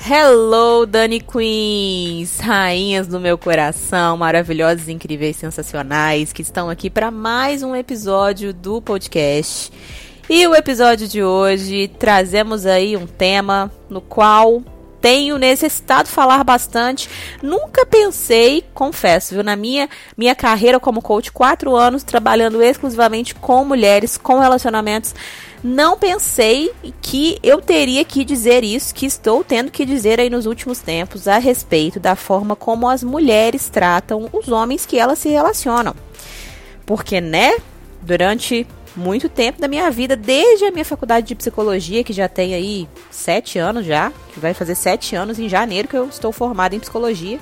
Hello, Dani Queens, rainhas do meu coração, maravilhosas, incríveis, sensacionais, que estão aqui para mais um episódio do podcast. E o episódio de hoje, trazemos aí um tema no qual tenho necessitado falar bastante. Nunca pensei, confesso, viu, na minha carreira como coach, 4 anos trabalhando exclusivamente com mulheres, com relacionamentos, não pensei que eu teria que dizer isso, que estou tendo que dizer aí nos últimos tempos a respeito da forma como as mulheres tratam os homens que elas se relacionam. Porque, durante muito tempo da minha vida, desde a minha faculdade de psicologia, que já tem aí 7 anos já, que vai fazer 7 anos em janeiro que eu estou formada em psicologia,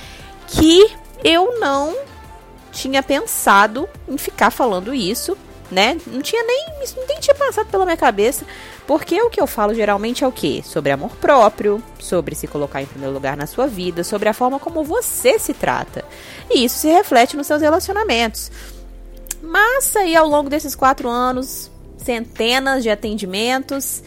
que eu não tinha pensado em ficar falando isso, Não tinha nem tinha passado pela minha cabeça, porque o que eu falo geralmente é o quê? Sobre amor próprio, sobre se colocar em primeiro lugar na sua vida, sobre a forma como você se trata. E isso se reflete nos seus relacionamentos. Mas aí ao longo desses 4 anos, centenas de atendimentos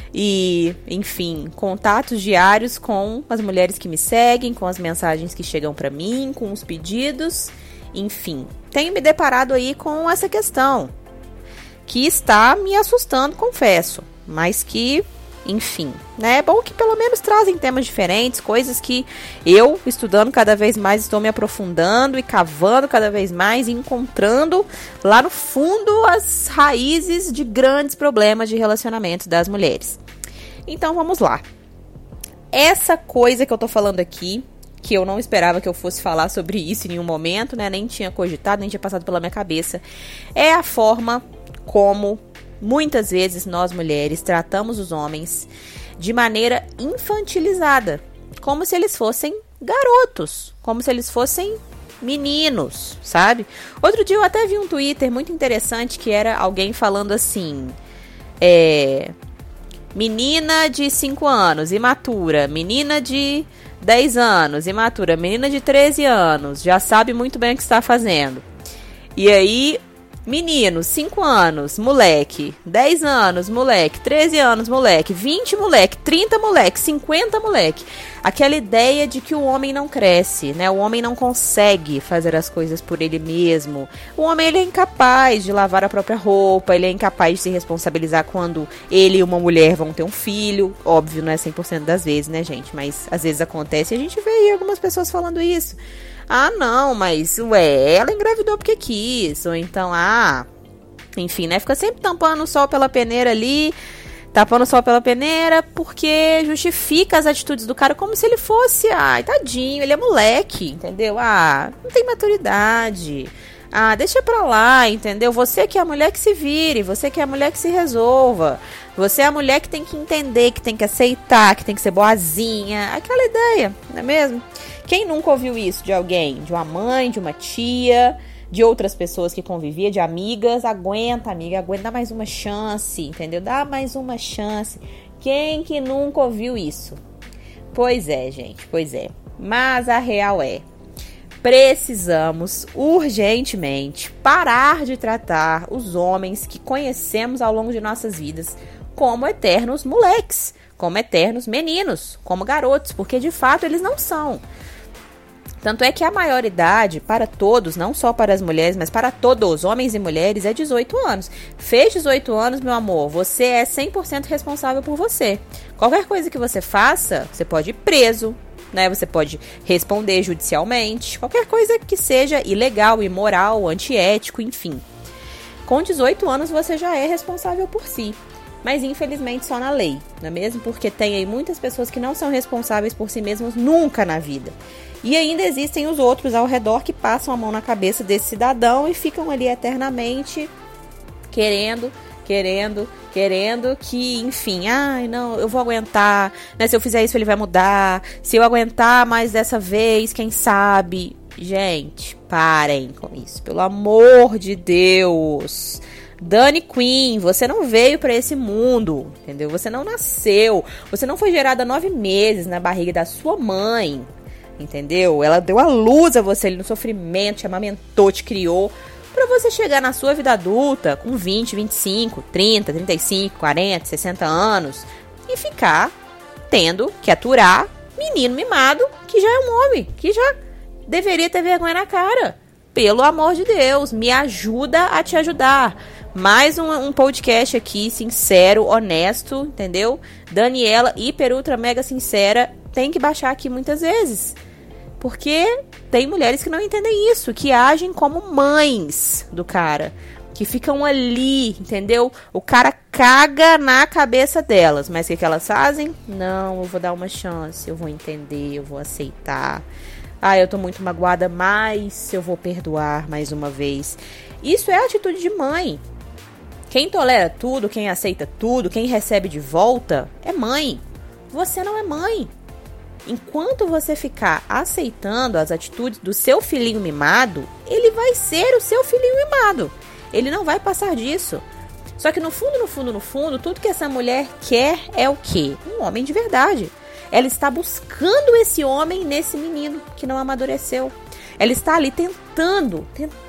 e, enfim, contatos diários com as mulheres que me seguem, com as mensagens que chegam para mim, com os pedidos, enfim, tenho me deparado aí com essa questão, que está me assustando, confesso, mas que, enfim, é bom que pelo menos trazem temas diferentes, coisas que eu, estudando cada vez mais, estou me aprofundando e cavando cada vez mais e encontrando lá no fundo as raízes de grandes problemas de relacionamento das mulheres. Então vamos lá. Essa coisa que eu tô falando aqui, que eu não esperava que eu fosse falar sobre isso em nenhum momento, nem tinha cogitado, nem tinha passado pela minha cabeça, é a forma como muitas vezes nós mulheres tratamos os homens de maneira infantilizada, como se eles fossem garotos, como se eles fossem meninos, sabe? Outro dia eu até vi um Twitter muito interessante que era alguém falando assim, menina de 5 anos, imatura, menina de 10 anos, imatura, menina de 13 anos, já sabe muito bem o que está fazendo. E aí, menino, 5 anos, moleque, 10 anos, moleque, 13 anos, moleque, 20 moleque, 30 moleque, 50 moleque. Aquela ideia de que o homem não cresce, O homem não consegue fazer as coisas por ele mesmo. O homem, ele é incapaz de lavar a própria roupa, ele é incapaz de se responsabilizar quando ele e uma mulher vão ter um filho. Óbvio, não é 100% das vezes, gente? Mas às vezes acontece e a gente vê aí algumas pessoas falando isso. Ah, não, mas, ela engravidou porque quis. Ou então, enfim, fica sempre tampando o sol pela peneira ali, tapando o sol pela peneira, porque justifica as atitudes do cara como se ele fosse, tadinho, ele é moleque, entendeu? Não tem maturidade. Deixa pra lá, entendeu? Você que é a mulher que se vire, você que é a mulher que se resolva. Você é a mulher que tem que entender, que tem que aceitar, que tem que ser boazinha. Aquela ideia, não é mesmo? Quem nunca ouviu isso de alguém? De uma mãe, de uma tia, de outras pessoas que convivia, de amigas? Aguenta, amiga, aguenta, dá mais uma chance, entendeu? Dá mais uma chance. Quem que nunca ouviu isso? Pois é, gente, pois é. Mas a real é, precisamos urgentemente parar de tratar os homens que conhecemos ao longo de nossas vidas como eternos moleques, como eternos meninos, como garotos, porque de fato eles não são. Tanto é que a maioridade para todos, não só para as mulheres, mas para todos, homens e mulheres, é 18 anos. Fez 18 anos, meu amor, você é 100% responsável por você. Qualquer coisa que você faça, você pode ir preso, Você pode responder judicialmente, qualquer coisa que seja ilegal, imoral, antiético, enfim. Com 18 anos você já é responsável por si. Mas infelizmente só na lei, não é mesmo? Porque tem aí muitas pessoas que não são responsáveis por si mesmos nunca na vida. E ainda existem os outros ao redor que passam a mão na cabeça desse cidadão e ficam ali eternamente querendo que, enfim, não, eu vou aguentar, se eu fizer isso ele vai mudar, se eu aguentar mais dessa vez, quem sabe. Gente, parem com isso, pelo amor de Deus. Dani Queen, você não veio pra esse mundo, entendeu? Você não nasceu, você não foi gerada 9 meses na barriga da sua mãe, entendeu? Ela deu a luz a você ali no sofrimento, te amamentou, te criou, pra você chegar na sua vida adulta com 20, 25, 30, 35, 40, 60 anos e ficar tendo que aturar menino mimado que já é um homem, que já deveria ter vergonha na cara. Pelo amor de Deus, me ajuda a te ajudar. Mais um podcast aqui, sincero, honesto, entendeu? Daniela, hiper, ultra, mega sincera, tem que baixar aqui muitas vezes. Porque tem mulheres que não entendem isso, que agem como mães do cara. Que ficam ali, entendeu? O cara caga na cabeça delas. Mas o que elas fazem? Não, eu vou dar uma chance, eu vou entender, eu vou aceitar. Ah, eu tô muito magoada, mas eu vou perdoar mais uma vez. Isso é atitude de mãe. Quem tolera tudo, quem aceita tudo, quem recebe de volta, é mãe. Você não é mãe. Enquanto você ficar aceitando as atitudes do seu filhinho mimado, ele vai ser o seu filhinho mimado. Ele não vai passar disso. Só que no fundo, tudo que essa mulher quer é o quê? Um homem de verdade. Ela está buscando esse homem nesse menino que não amadureceu. Ela está ali tentando.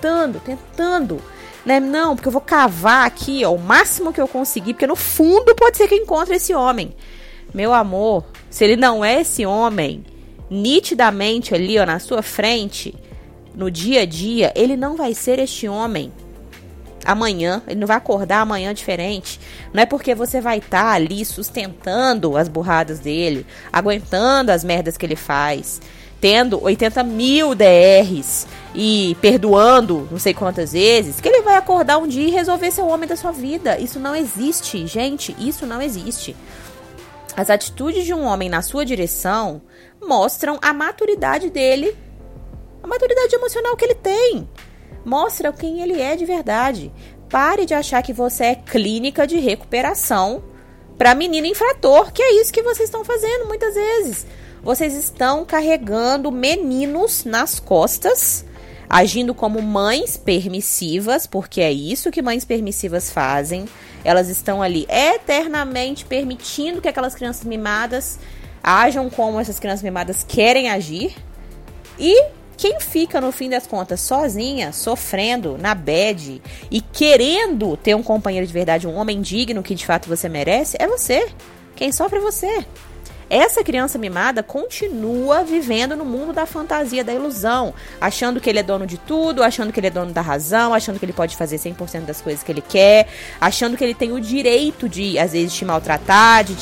Né? Não, porque eu vou cavar aqui, ó, o máximo que eu conseguir, porque no fundo pode ser que eu encontre esse homem. Meu amor, se ele não é esse homem, nitidamente ali, ó, na sua frente, no dia a dia, ele não vai ser este homem. Amanhã, ele não vai acordar amanhã diferente. Não é porque você vai estar ali sustentando as burradas dele, aguentando as merdas que ele faz, tendo 80 mil DRs e perdoando não sei quantas vezes, que ele vai acordar um dia e resolver ser o homem da sua vida. Isso não existe, gente, isso não existe. As atitudes de um homem na sua direção mostram a maturidade dele, a maturidade emocional que ele tem. Mostra quem ele é de verdade. Pare de achar que você é clínica de recuperação para menino infrator, que é isso que vocês estão fazendo muitas vezes. Vocês estão carregando meninos nas costas, agindo como mães permissivas, porque é isso que mães permissivas fazem. Elas estão ali eternamente permitindo que aquelas crianças mimadas ajam como essas crianças mimadas querem agir. E quem fica, no fim das contas, sozinha, sofrendo, na bad e querendo ter um companheiro de verdade, um homem digno que de fato você merece, é você. Quem sofre é você. Essa criança mimada continua vivendo no mundo da fantasia, da ilusão, achando que ele é dono de tudo, achando que ele é dono da razão, achando que ele pode fazer 100% das coisas que ele quer, achando que ele tem o direito de, às vezes, te maltratar, de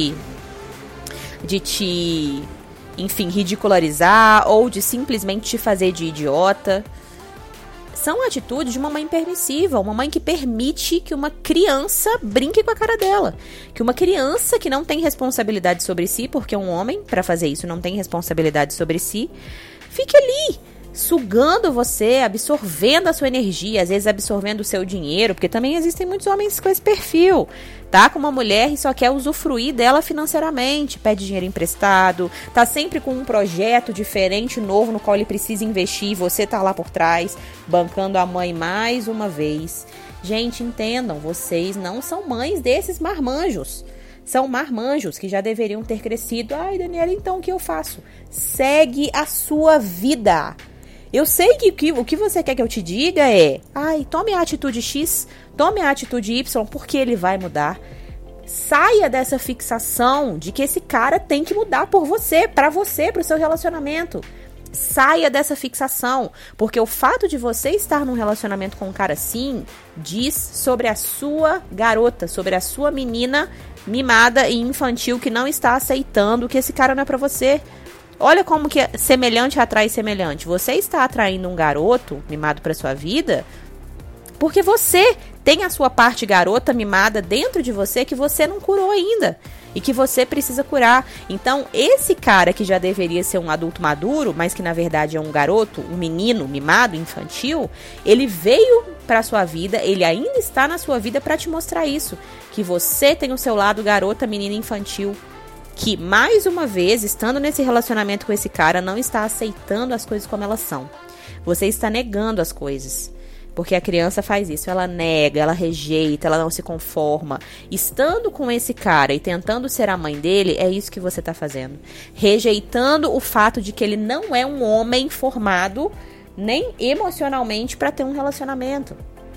te enfim, ridicularizar ou de simplesmente te fazer de idiota. São atitudes de uma mãe permissiva, uma mãe que permite que uma criança brinque com a cara dela. Que uma criança que não tem responsabilidade sobre si, porque um homem, para fazer isso, não tem responsabilidade sobre si, fique ali, sugando você, absorvendo a sua energia, às vezes absorvendo o seu dinheiro, porque também existem muitos homens com esse perfil. Tá com uma mulher e só quer usufruir dela financeiramente, pede dinheiro emprestado, tá sempre com um projeto diferente, novo, no qual ele precisa investir e você tá lá por trás, bancando a mãe mais uma vez. Gente, entendam, vocês não são mães desses marmanjos. São marmanjos que já deveriam ter crescido. Ai, Daniela, então o que eu faço? Segue a sua vida. Eu sei que o que você quer que eu te diga é: ai, tome a atitude X, tome a atitude Y, porque ele vai mudar. Saia dessa fixação de que esse cara tem que mudar por você, pro seu relacionamento. Saia dessa fixação, porque o fato de você estar num relacionamento com um cara assim diz sobre a sua garota, sobre a sua menina mimada e infantil que não está aceitando que esse cara não é pra você. Olha como que semelhante atrai semelhante. Você está atraindo um garoto mimado para sua vida porque você tem a sua parte garota mimada dentro de você que você não curou ainda e que você precisa curar. Então, esse cara que já deveria ser um adulto maduro, mas que na verdade é um garoto, um menino mimado, infantil, ele veio para sua vida, ele ainda está na sua vida para te mostrar isso, que você tem o seu lado garota, menina infantil, que, mais uma vez, estando nesse relacionamento com esse cara, não está aceitando as coisas como elas são. Você está negando as coisas. Porque a criança faz isso, ela nega, ela rejeita, ela não se conforma. Estando com esse cara e tentando ser a mãe dele, é isso que você está fazendo. Rejeitando o fato de que ele não é um homem formado, nem emocionalmente, para ter um relacionamento.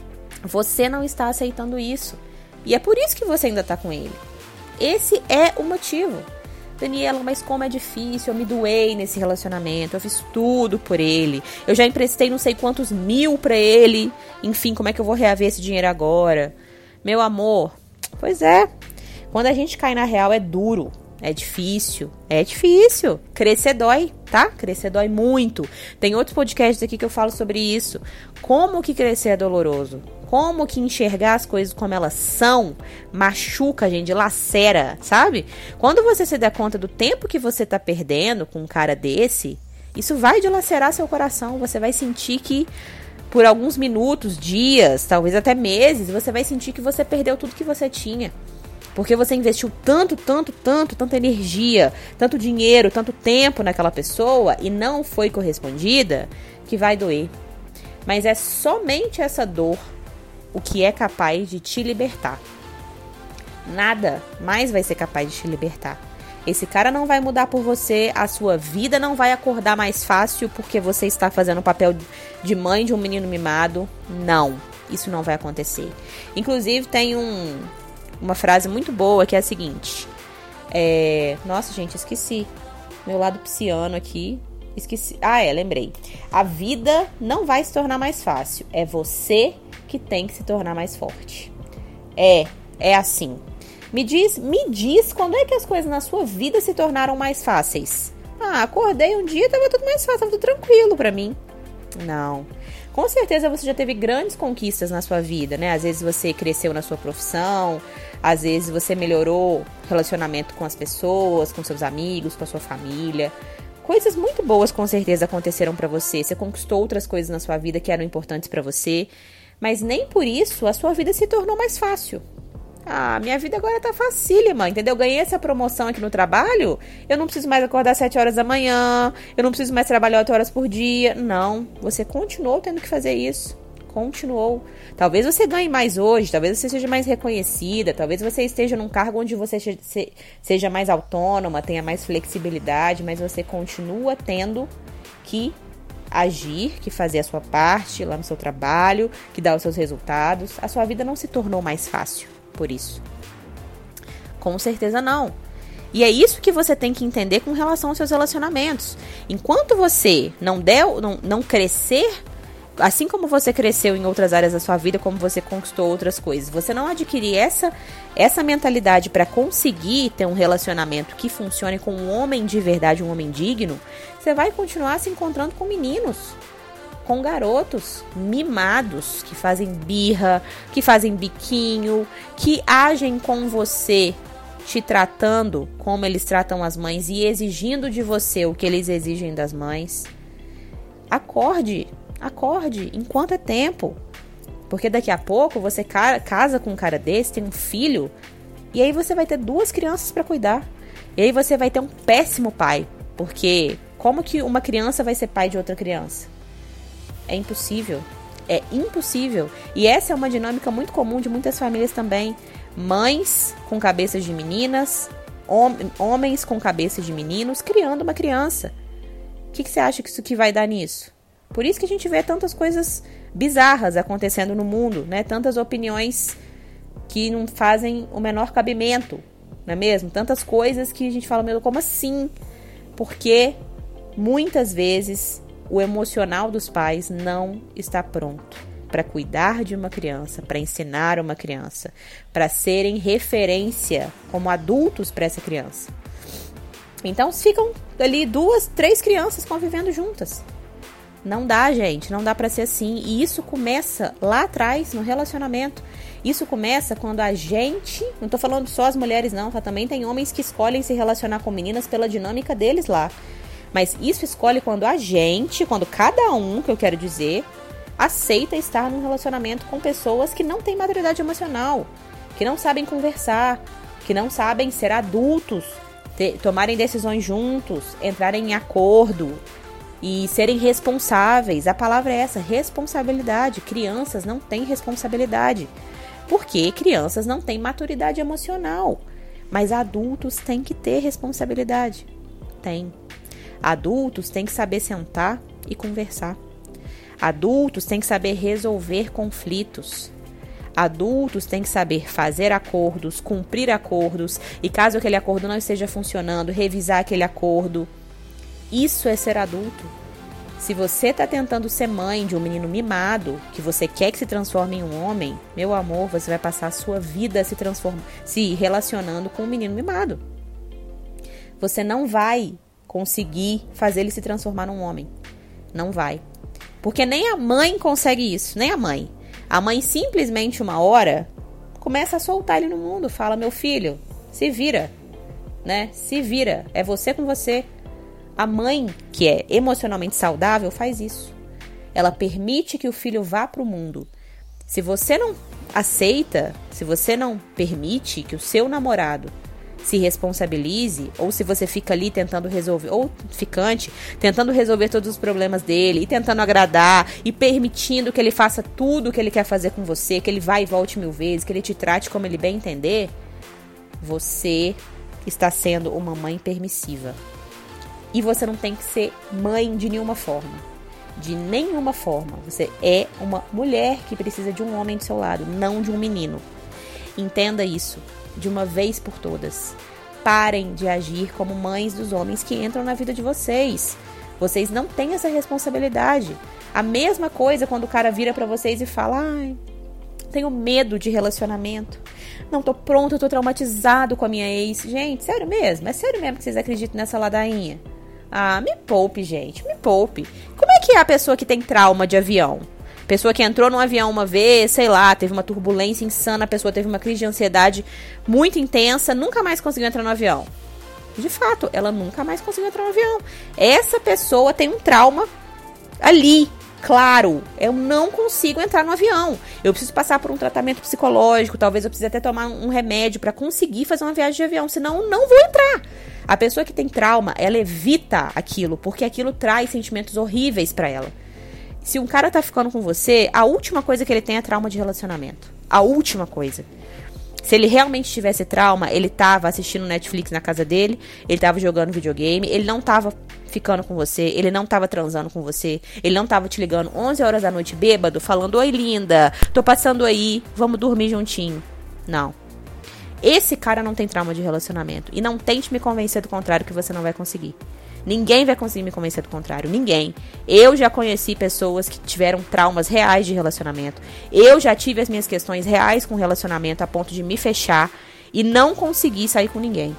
Você não está aceitando isso. E é por isso que você ainda está com ele. Esse é o motivo. Daniela, mas como é difícil, eu me doei nesse relacionamento, eu fiz tudo por ele, eu já emprestei não sei quantos mil pra ele, enfim, como é que eu vou reaver esse dinheiro agora? Meu amor, pois é, quando a gente cai na real é duro, é difícil. Crescer dói, tá? Crescer dói muito. Tem outros podcasts aqui que eu falo sobre isso. Como que crescer é doloroso? Como que enxergar as coisas como elas são machuca a gente, lacera, sabe? Quando você se dá conta do tempo que você tá perdendo com um cara desse, isso vai dilacerar seu coração. Você vai sentir que por alguns minutos, dias, talvez até meses, você vai sentir que você perdeu tudo que você tinha. Porque você investiu tanta energia, tanto dinheiro, tanto tempo naquela pessoa e não foi correspondida, que vai doer. Mas é somente essa dor o que é capaz de te libertar. Nada mais vai ser capaz de te libertar. Esse cara não vai mudar por você, a sua vida não vai acordar mais fácil porque você está fazendo o papel de mãe de um menino mimado. Não, isso não vai acontecer. Inclusive tem uma frase muito boa que é a seguinte. Nossa, gente, esqueci. Meu lado pisciano aqui. Esqueci. Lembrei. A vida não vai se tornar mais fácil. É você que tem que se tornar mais forte. É assim. Me diz quando é que as coisas na sua vida se tornaram mais fáceis? Acordei um dia e tava tudo mais fácil, tava tudo tranquilo pra mim. Não. Com certeza você já teve grandes conquistas na sua vida, né? Às vezes você cresceu na sua profissão, às vezes você melhorou o relacionamento com as pessoas, com seus amigos, com a sua família. Coisas muito boas com certeza aconteceram pra você. Você conquistou outras coisas na sua vida que eram importantes pra você, mas nem por isso a sua vida se tornou mais fácil. Minha vida agora tá facílima, entendeu? Eu ganhei essa promoção aqui no trabalho, eu não preciso mais acordar às 7 horas da manhã, eu não preciso mais trabalhar 8 horas por dia. Não, você continuou tendo que fazer isso. Continuou. Talvez você ganhe mais hoje, talvez você seja mais reconhecida, talvez você esteja num cargo onde você seja mais autônoma, tenha mais flexibilidade, mas você continua tendo que agir, que fazer a sua parte lá no seu trabalho, que dá os seus resultados. A sua vida não se tornou mais fácil por isso. Com certeza não. E é isso que você tem que entender com relação aos seus relacionamentos. Enquanto você não crescer, assim como você cresceu em outras áreas da sua vida, como você conquistou outras coisas, você não adquirir essa mentalidade para conseguir ter um relacionamento que funcione com um homem de verdade, um homem digno, você vai continuar se encontrando com meninos, com garotos mimados, que fazem birra, que fazem biquinho, que agem com você, te tratando como eles tratam as mães e exigindo de você o que eles exigem das mães. Acorde enquanto é tempo. Porque daqui a pouco você casa com um cara desse, tem um filho, e aí você vai ter 2 crianças para cuidar. E aí você vai ter um péssimo pai. Porque como que uma criança vai ser pai de outra criança? É impossível. É impossível. E essa é uma dinâmica muito comum de muitas famílias também. Mães com cabeças de meninas, homens com cabeças de meninos, criando uma criança. O que você acha que isso que vai dar nisso? Por isso que a gente vê tantas coisas bizarras acontecendo no mundo, né? Tantas opiniões que não fazem o menor cabimento, não é mesmo? Tantas coisas que a gente fala, meu, como assim? Porque muitas vezes o emocional dos pais não está pronto para cuidar de uma criança, para ensinar uma criança, para serem referência como adultos para essa criança. Então ficam ali 2, 3 crianças convivendo juntas. Não dá, gente, não dá pra ser assim. E isso começa lá atrás, no relacionamento. Isso começa quando a gente... Não tô falando só as mulheres, não, tá? Também tem homens que escolhem se relacionar com meninas pela dinâmica deles lá. Mas isso escolhe quando a gente, quando cada um, que eu quero dizer, aceita estar num relacionamento com pessoas que não têm maturidade emocional, que não sabem conversar, que não sabem ser adultos, tomarem decisões juntos, entrarem em acordo e serem responsáveis. A palavra é essa, responsabilidade. Crianças não têm responsabilidade, porque crianças não têm maturidade emocional. Mas adultos têm que ter responsabilidade. Tem. Adultos têm que saber sentar e conversar. Adultos têm que saber resolver conflitos. Adultos têm que saber fazer acordos, cumprir acordos, e caso aquele acordo não esteja funcionando, revisar aquele acordo. Isso é ser adulto. Se você está tentando ser mãe de um menino mimado, que você quer que se transforme em um homem, meu amor, você vai passar a sua vida se relacionando com um menino mimado. Você não vai conseguir fazer ele se transformar num homem. Não vai. Porque nem a mãe consegue isso, nem a mãe. A mãe simplesmente uma hora começa a soltar ele no mundo. Fala, meu filho, se vira, né? Se vira, é você com você. A mãe, que é emocionalmente saudável, faz isso. Ela permite que o filho vá para o mundo. Se você não aceita, se você não permite que o seu namorado se responsabilize, ou se você fica ali tentando resolver, ou ficante, tentando resolver todos os problemas dele, e tentando agradar, e permitindo que ele faça tudo o que ele quer fazer com você, que ele vá e volte 1000 vezes, que ele te trate como ele bem entender, você está sendo uma mãe permissiva. E você não tem que ser mãe de nenhuma forma. De nenhuma forma. Você é uma mulher que precisa de um homem do seu lado, não de um menino. Entenda isso de uma vez por todas. Parem de agir como mães dos homens que entram na vida de vocês. Vocês não têm essa responsabilidade. A mesma coisa quando o cara vira pra vocês e fala: ai, tenho medo de relacionamento. Não tô pronto, eu tô traumatizado com a minha ex. Gente, sério mesmo? É sério mesmo que vocês acreditam nessa ladainha? Ah, me poupe, gente, me poupe. Como é que é a pessoa que tem trauma de avião? Pessoa que entrou num avião uma vez, sei lá, teve uma turbulência insana, a pessoa teve uma crise de ansiedade muito intensa, nunca mais conseguiu entrar no avião. De fato, ela nunca mais conseguiu entrar no avião. Essa pessoa tem um trauma ali, claro. Eu não consigo entrar no avião. Eu preciso passar por um tratamento psicológico, talvez eu precise até tomar um remédio para conseguir fazer uma viagem de avião, senão eu não vou entrar. A pessoa que tem trauma, ela evita aquilo, porque aquilo traz sentimentos horríveis para ela. Se um cara tá ficando com você, a última coisa que ele tem é trauma de relacionamento. A última coisa. Se ele realmente tivesse trauma, ele tava assistindo Netflix na casa dele, ele tava jogando videogame, ele não tava ficando com você, ele não tava transando com você, ele não tava te ligando 11 horas da noite bêbado, falando: oi, linda, tô passando aí, vamos dormir juntinho. Não. Esse cara não tem trauma de relacionamento. E não tente me convencer do contrário, que você não vai conseguir. Ninguém vai conseguir me convencer do contrário. Ninguém. Eu já conheci pessoas que tiveram traumas reais de relacionamento. Eu já tive as minhas questões reais com relacionamento a ponto de me fechar e não conseguir sair com ninguém.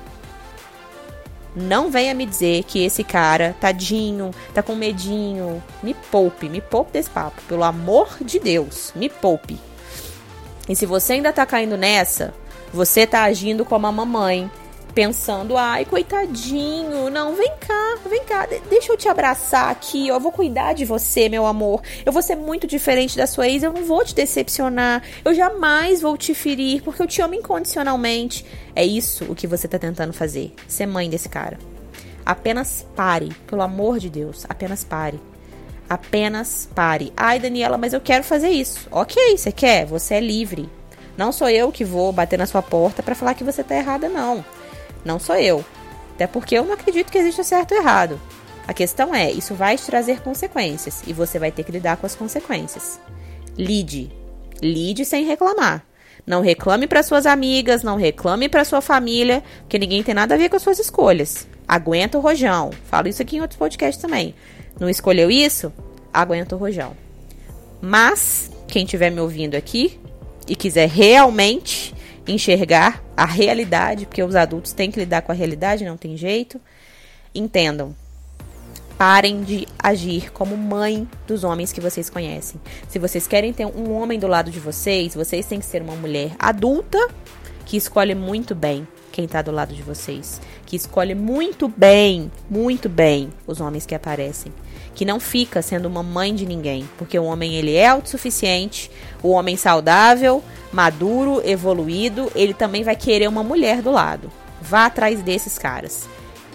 Não venha me dizer que esse cara, tadinho, tá com medinho. Me poupe desse papo. Pelo amor de Deus, me poupe. E se você ainda tá caindo nessa, você tá agindo como a mamãe, pensando: ai, coitadinho, não, vem cá, deixa eu te abraçar aqui, eu vou cuidar de você, meu amor, eu vou ser muito diferente da sua ex, eu não vou te decepcionar, eu jamais vou te ferir, porque eu te amo incondicionalmente. É isso o que você tá tentando fazer, ser mãe desse cara. Apenas pare, pelo amor de Deus, apenas pare. Apenas pare. Ai, Daniela, mas eu quero fazer isso. Ok, você quer, você é livre. Não sou eu que vou bater na sua porta pra falar que você tá errada, não. Não sou eu. Até porque eu não acredito que exista certo ou errado. A questão é, isso vai te trazer consequências. E você vai ter que lidar com as consequências. Lide. Lide sem reclamar. Não reclame para suas amigas, não reclame para sua família, porque ninguém tem nada a ver com as suas escolhas. Aguenta o rojão. Falo isso aqui em outros podcasts também. Não escolheu isso? Aguenta o rojão. Mas, quem estiver me ouvindo aqui e quiser realmente enxergar a realidade, porque os adultos têm que lidar com a realidade, não tem jeito, entendam. Parem de agir como mãe dos homens que vocês conhecem. Se vocês querem ter um homem do lado de vocês, vocês têm que ser uma mulher adulta que escolhe muito bem quem está do lado de vocês. Que escolhe muito bem os homens que aparecem. Que não fica sendo uma mãe de ninguém. Porque o homem, ele é autossuficiente, o homem saudável, maduro, evoluído, ele também vai querer uma mulher do lado. Vá atrás desses caras.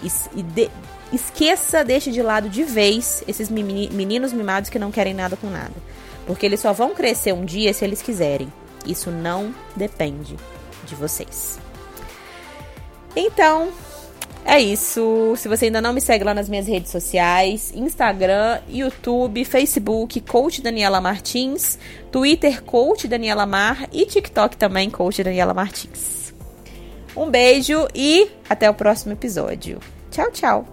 Esqueça, deixe de lado de vez esses meninos mimados que não querem nada com nada. Porque eles só vão crescer um dia se eles quiserem. Isso não depende de vocês. Então, É isso. Se você ainda não me segue lá nas minhas redes sociais, Instagram, YouTube, Facebook, Coach Daniela Martins, Twitter, Coach Daniela Mar e TikTok também, Coach Daniela Martins. Um beijo e até o próximo episódio. Tchau, tchau.